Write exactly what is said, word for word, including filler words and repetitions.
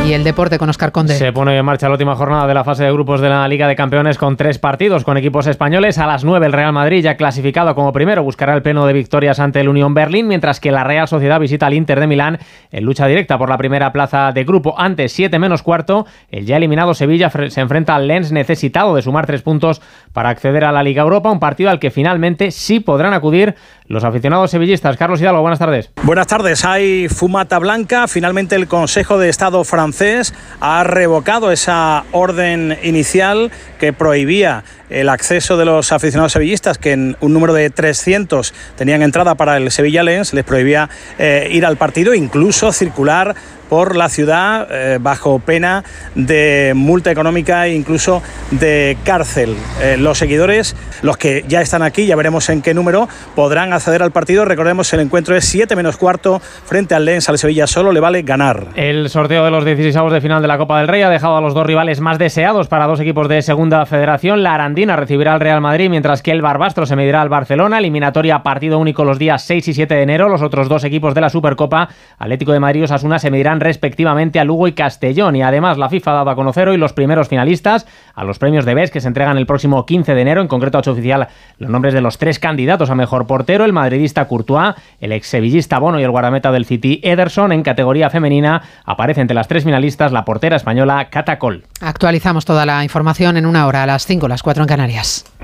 Y el deporte con Óscar Conde. Se pone en marcha la última jornada de la fase de grupos de la Liga de Campeones con tres partidos con equipos españoles. A las nueve el Real Madrid, ya clasificado como primero, buscará el pleno de victorias ante el Unión Berlín, mientras que la Real Sociedad visita al Inter de Milán en lucha directa por la primera plaza de grupo. Antes, siete menos cuarto, el ya eliminado Sevilla se enfrenta al Lens, necesitado de sumar tres puntos para acceder a la Liga Europa, un partido al que finalmente sí podrán acudir los aficionados sevillistas. Carlos Hidalgo, buenas tardes. Buenas tardes. Hay fumata blanca. Finalmente el Consejo de Estado francés ha revocado esa orden inicial que prohibía el acceso de los aficionados sevillistas, que en un número de trescientos tenían entrada para el Sevilla Lens, les prohibía eh, ir al partido, incluso circular por la ciudad eh, bajo pena de multa económica e incluso de cárcel. Eh, los seguidores, los que ya están aquí, ya veremos en qué número, podrán acceder al partido. Recordemos, el encuentro es siete menos cuarto frente al Lens. Al Sevilla solo le vale ganar. El sorteo de los dieciseisavos de final de la Copa del Rey ha dejado a los dos rivales más deseados para dos equipos de Segunda Federación. La Arandina recibirá al Real Madrid, mientras que el Barbastro se medirá al Barcelona. Eliminatoria partido único los días seis y siete de enero. Los otros dos equipos de la Supercopa, Atlético de Madrid y Osasuna, se medirán respectivamente a Lugo y Castellón. Y además la FIFA ha dado a conocer hoy los primeros finalistas a los premios de B E S, que se entregan el próximo quince de enero. En concreto ha hecho oficial los nombres de los tres candidatos a mejor portero: el madridista Courtois, el ex-sevillista Bono y el guardameta del City Ederson. En categoría femenina aparece entre las tres finalistas la portera española Cata Coll. Actualizamos toda la información en una hora, a las cinco, las cuatro en Canarias.